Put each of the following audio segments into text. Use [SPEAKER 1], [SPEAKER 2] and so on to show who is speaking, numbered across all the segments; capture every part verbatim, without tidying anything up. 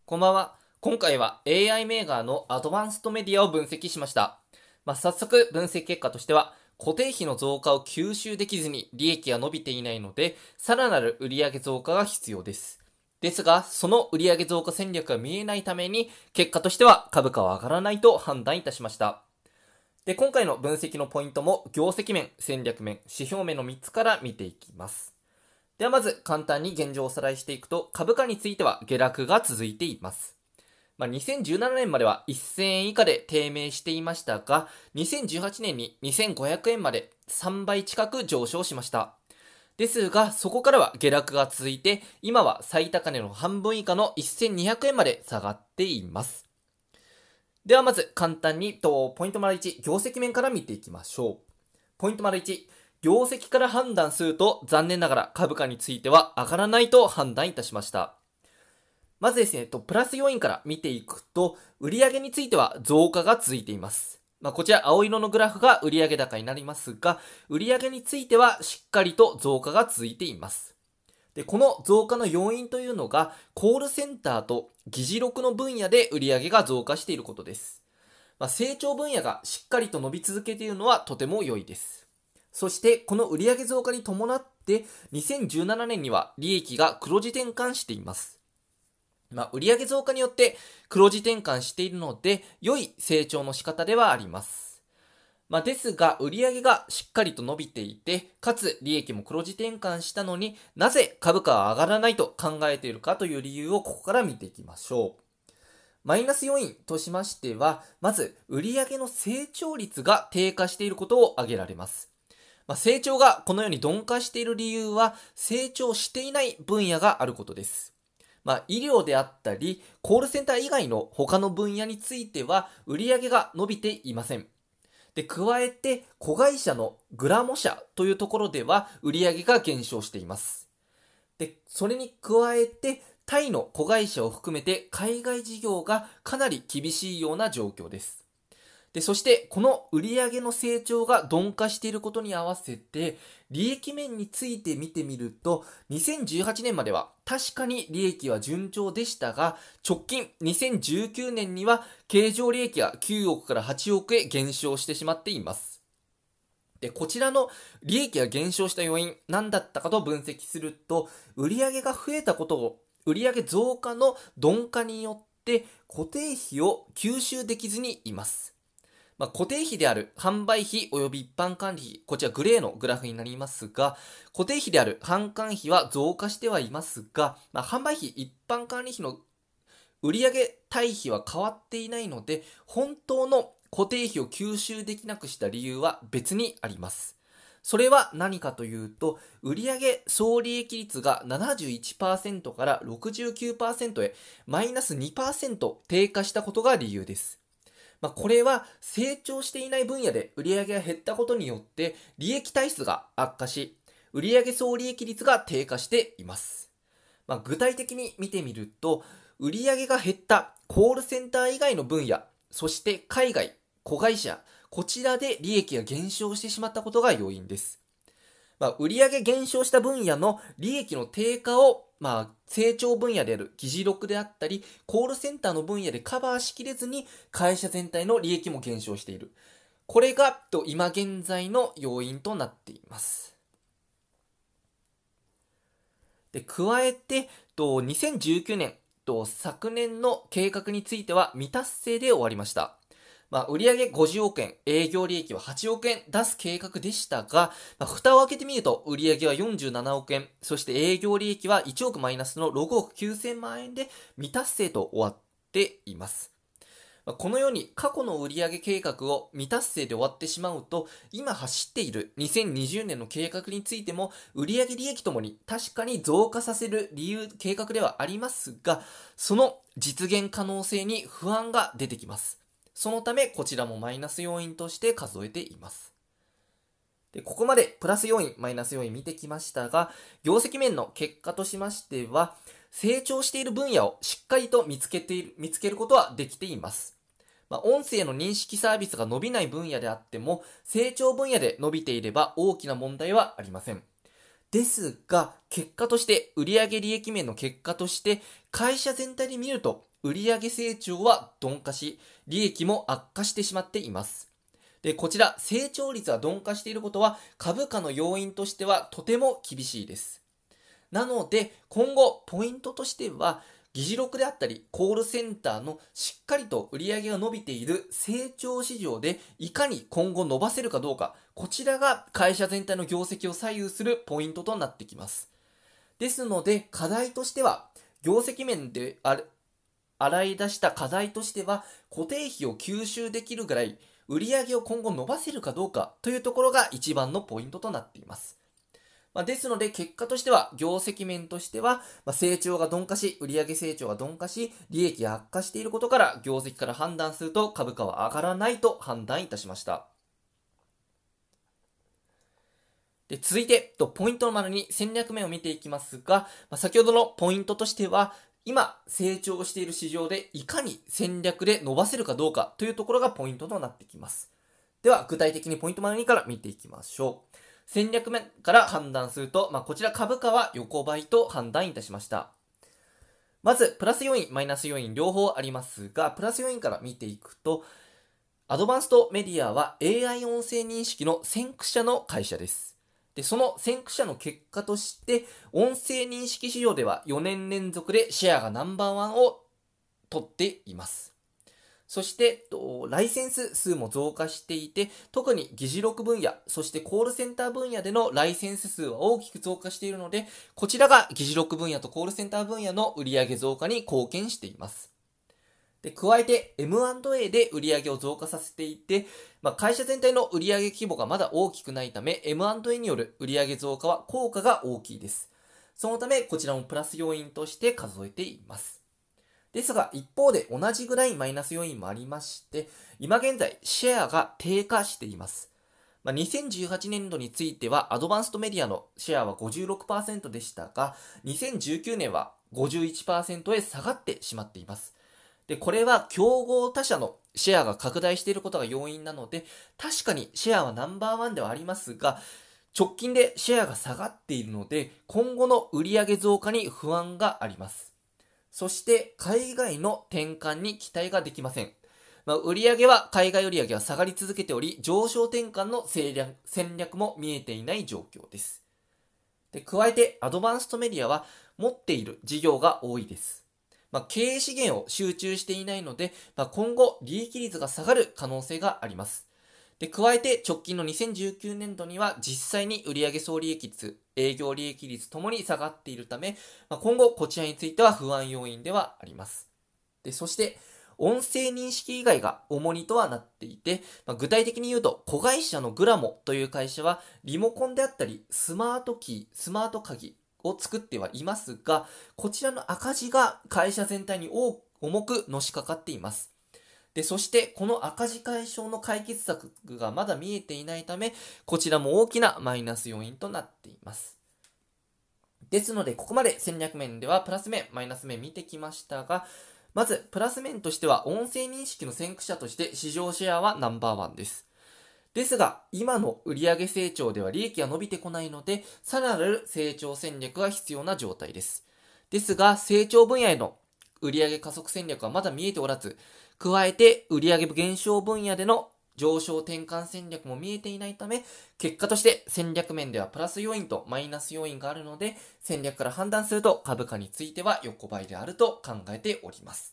[SPEAKER 1] こんばんは。今回は エーアイ メーカーのアドバンストメディアを分析しました。まあ、早速分析結果としては、固定費の増加を吸収できずに利益が伸びていないので、さらなる売上増加が必要です。ですが、その売上増加戦略が見えないために、結果としては株価は上がらないと判断いたしました。で、今回の分析のポイントも、業績面、戦略面、指標面のみっつから見ていきます。ではまず簡単に現状をおさらいしていくと、株価については下落が続いています。まあ、にせんじゅうななねんまではせんえん以下で低迷していましたが、にせんじゅうはちねんににせんごひゃくえんまでさんばい近く上昇しました。ですが、そこからは下落が続いて、今は最高値の半分以下のせんにひゃくえんまで下がっています。ではまず簡単にとポイントいち、業績面から見ていきましょう。ポイントいち、業績から判断すると残念ながら株価については上がらないと判断いたしました。まずですね、とプラス要因から見ていくと、売上については増加が続いています。まあ、こちら青色のグラフが売上高になりますが、売上についてはしっかりと増加が続いています。で、この増加の要因というのが、コールセンターと議事録の分野で売上が増加していることです。まあ、成長分野がしっかりと伸び続けているのはとても良いです。そして、この売上増加に伴って、にせんじゅうななねんには利益が黒字転換しています。まあ、売上増加によって黒字転換しているので、良い成長の仕方ではあります。まあ、ですが、売上がしっかりと伸びていて、かつ利益も黒字転換したのになぜ株価は上がらないと考えているかという理由をここから見ていきましょう。マイナス要因としましては、まず、売上の成長率が低下していることを挙げられます。まあ、成長がこのように鈍化している理由は、成長していない分野があることです。まあ、医療であったり、コールセンター以外の他の分野については、売上が伸びていません。で、加えて、子会社のグラモ社というところでは、売上が減少しています。で、それに加えて、タイの子会社を含めて海外事業がかなり厳しいような状況です。で、そして、この売上の成長が鈍化していることに合わせて、利益面について見てみると、にせんじゅうはちねんまでは確かに利益は順調でしたが、直近にせんじゅうきゅうねんには経常利益がきゅうおくからはちおくへ減少してしまっています。で、こちらの利益が減少した要因、何だったかと分析すると、売上が増えたことを、売上増加の鈍化によって固定費を吸収できずにいます。まあ、固定費である販売費及び一般管理費、こちらグレーのグラフになりますが、固定費である販管費は増加してはいますが、まあ、販売費一般管理費の売上対比は変わっていないので、本当の固定費を吸収できなくした理由は別にあります。それは何かというと、売上総利益率が ななじゅういちパーセント から ろくじゅうきゅうパーセント へマイナス にパーセント 低下したことが理由です。まあ、これは成長していない分野で売上が減ったことによって利益体質が悪化し、売上総利益率が低下しています。まあ、具体的に見てみると、売上が減ったコールセンター以外の分野、そして海外、子会社、こちらで利益が減少してしまったことが要因です。まあ、売上減少した分野の利益の低下を、まあ、成長分野である議事録であったり、コールセンターの分野でカバーしきれずに、会社全体の利益も減少している。これが、と今現在の要因となっています。で、加えて、とにせんじゅうきゅうねん、と昨年の計画については未達成で終わりました。まあ、売上ごじゅうおくえん、営業利益ははちおくえん出す計画でしたが、まあ、蓋を開けてみると、売上はよんじゅうななおくえん、そして営業利益はいちおくマイナスのろくおくきゅうせんまん円で未達成と終わっています。まあこのように過去の売上計画を未達成で終わってしまうと、今走っているにせんにじゅうねんの計画についても、売上利益ともに確かに増加させる理由、計画ではありますが、その実現可能性に不安が出てきます。そのため、こちらもマイナス要因として数えています。で、ここまでプラス要因、マイナス要因見てきましたが、業績面の結果としましては、成長している分野をしっかりと見つけている、見つけることはできています。まあ、音声の認識サービスが伸びない分野であっても、成長分野で伸びていれば大きな問題はありません。 ですが、結果として、売上利益面の結果として、会社全体で見ると、売上成長は鈍化し、利益も悪化してしまっています。で、こちら、成長率は鈍化していることは、株価の要因としてはとても厳しいです。なので、今後、ポイントとしては、議事録であったり、コールセンターのしっかりと売り上げが伸びている成長市場で、いかに今後伸ばせるかどうか、こちらが会社全体の業績を左右するポイントとなってきます。ですので、課題としては、業績面である洗い出した課題としては、固定費を吸収できるぐらい、売り上げを今後伸ばせるかどうかというところが一番のポイントとなっています。まあ、ですので、結果としては、業績面としては、まあ、成長が鈍化し、売上成長が鈍化し、利益が悪化していることから、業績から判断すると株価は上がらないと判断いたしました。で続いて、ポイントの丸に戦略面を見ていきますが、まあ、先ほどのポイントとしては、今、成長している市場でいかに戦略で伸ばせるかどうかというところがポイントとなってきます。では、具体的にポイント丸にから見ていきましょう。戦略面から判断すると、まあ、こちら株価は横ばいと判断いたしました。まず、プラス要因、マイナス要因両方ありますが、プラス要因から見ていくと、アドバンストメディアは エーアイ 音声認識の先駆者の会社です。で、その先駆者の結果として、音声認識市場ではよねん連続でシェアがナンバーワンを取っています。そして、ライセンス数も増加していて、特に議事録分野、そしてコールセンター分野でのライセンス数は大きく増加しているので、こちらが議事録分野とコールセンター分野の売上増加に貢献しています。で、加えて エムアンドエー で売上を増加させていて、まあ、会社全体の売上規模がまだ大きくないため、エムアンドエー による売上増加は効果が大きいです。そのため、こちらもプラス要因として数えています。ですが、一方で同じぐらいマイナス要因もありまして、今現在、シェアが低下しています。まあ、にせんじゅうはちねん度については、アドバンストメディアのシェアは ごじゅうろくパーセント でしたが、にせんじゅうきゅうねんは ごじゅういちパーセント へ下がってしまっています。で、これは競合他社のシェアが拡大していることが要因なので、確かにシェアはナンバーワンではありますが、直近でシェアが下がっているので、今後の売上増加に不安があります。そして、海外の転換に期待ができません。まあ、売上は海外売上は下がり続けており、上昇転換の戦略、戦略も見えていない状況です。で、加えて、アドバンストメディアは持っている事業が多いです。まあ、経営資源を集中していないので、まあ、今後利益率が下がる可能性があります。で、加えて直近のにせんじゅうきゅうねん度には実際に売上総利益率、営業利益率ともに下がっているため、まあ、今後こちらについては不安要因ではあります。で、そして、音声認識以外が主にとはなっていて、まあ、具体的に言うと、子会社のグラモという会社は、リモコンであったり、スマートキー、スマート鍵を作ってはいますが、こちらの赤字が会社全体に重くのしかかっています。で、そしてこの赤字解消の解決策がまだ見えていないため、こちらも大きなマイナス要因となっています。ですので、ここまで戦略面ではプラス面、マイナス面見てきましたが、まず、プラス面としては、音声認識の先駆者として市場シェアはナンバーワンです。ですが、今の売上成長では利益が伸びてこないので、さらなる成長戦略が必要な状態です。ですが、成長分野への売上加速戦略はまだ見えておらず、加えて売上減少分野での上昇転換戦略も見えていないため、結果として戦略面ではプラス要因とマイナス要因があるので、戦略から判断すると株価については横ばいであると考えております。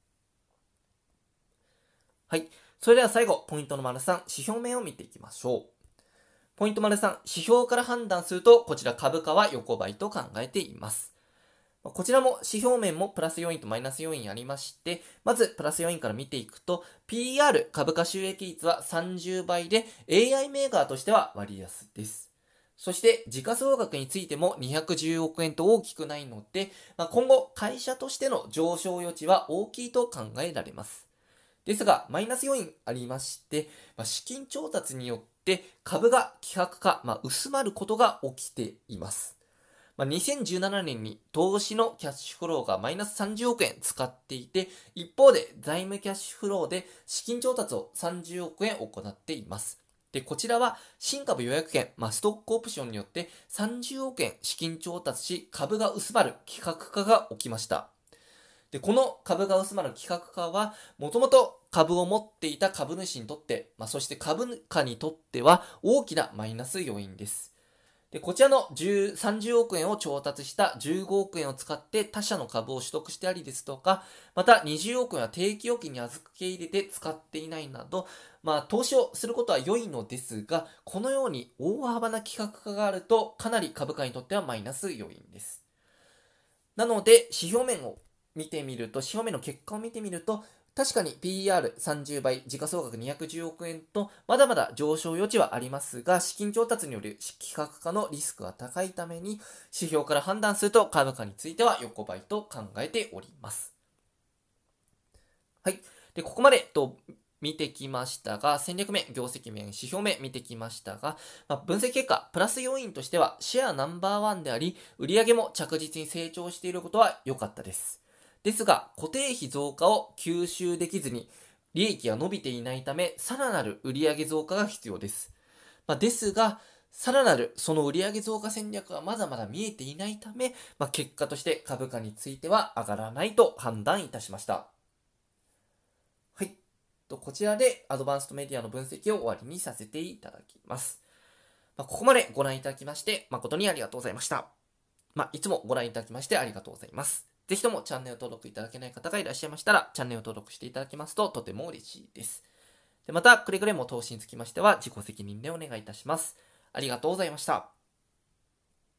[SPEAKER 1] はい。それでは最後、ポイントの丸さん、指標面を見ていきましょう。ポイント丸さん、指標から判断すると、こちら株価は横ばいと考えています。こちらも指標面もプラス要因とマイナス要因ありまして、まずプラス要因から見ていくと、ピーイーアール 株価収益率はさんじゅうばいで エーアイ メーカーとしては割安です。そして時価総額についてもにひゃくじゅうおくえんと大きくないので、まあ、今後会社としての上昇余地は大きいと考えられます。ですが、マイナス要因ありまして、まあ、資金調達によって株が希薄化、まあ、薄まることが起きています。まあ、にせんじゅうななねんに投資のキャッシュフローがマイナスさんじゅうおくえん使っていて、一方で財務キャッシュフローで資金調達をさんじゅうおくえん行っています。 で、こちらは新株予約権、まあ、ストックオプションによってさんじゅうおくえん資金調達し、株が薄まる企画化が起きました。で、この株が薄まる企画化は、もともと株を持っていた株主にとって、まあ、そして株価にとっては大きなマイナス要因です。で、こちらのさんじゅうおくえんを調達したじゅうごおくえんを使って他社の株を取得してありですとか、またにじゅうおくえんは定期預金に預け入れて使っていないなど、まあ投資をすることは良いのですが、このように大幅な企画化があるとかなり株価にとってはマイナス要因です。なので指標面を見てみると、指標面の結果を見てみると、確かに ピーイーアールさんじゅうばい、時価総額にひゃくじゅうおくえんと、まだまだ上昇余地はありますが、資金調達による企画化のリスクが高いために、指標から判断すると株価については横ばいと考えております。はい。で、ここまでと見てきましたが、戦略面、業績面、指標面見てきましたが、まあ、分析結果、プラス要因としては、シェアナンバーワンであり、売上も着実に成長していることは良かったです。ですが、固定費増加を吸収できずに、利益が伸びていないため、さらなる売上増加が必要です。まあ、ですが、さらなるその売上増加戦略はまだまだ見えていないため、まあ、結果として株価については上がらないと判断いたしました。はい。こちらでアドバンストメディアの分析を終わりにさせていただきます。まあ、ここまでご覧いただきまして、誠にありがとうございました。まあ、いつもご覧いただきましてありがとうございます。ぜひともチャンネル登録いただけない方がいらっしゃいましたら、チャンネル登録していただきますととても嬉しいです。でまた、くれぐれも投資につきましては自己責任でお願いいたします。ありがとうございました。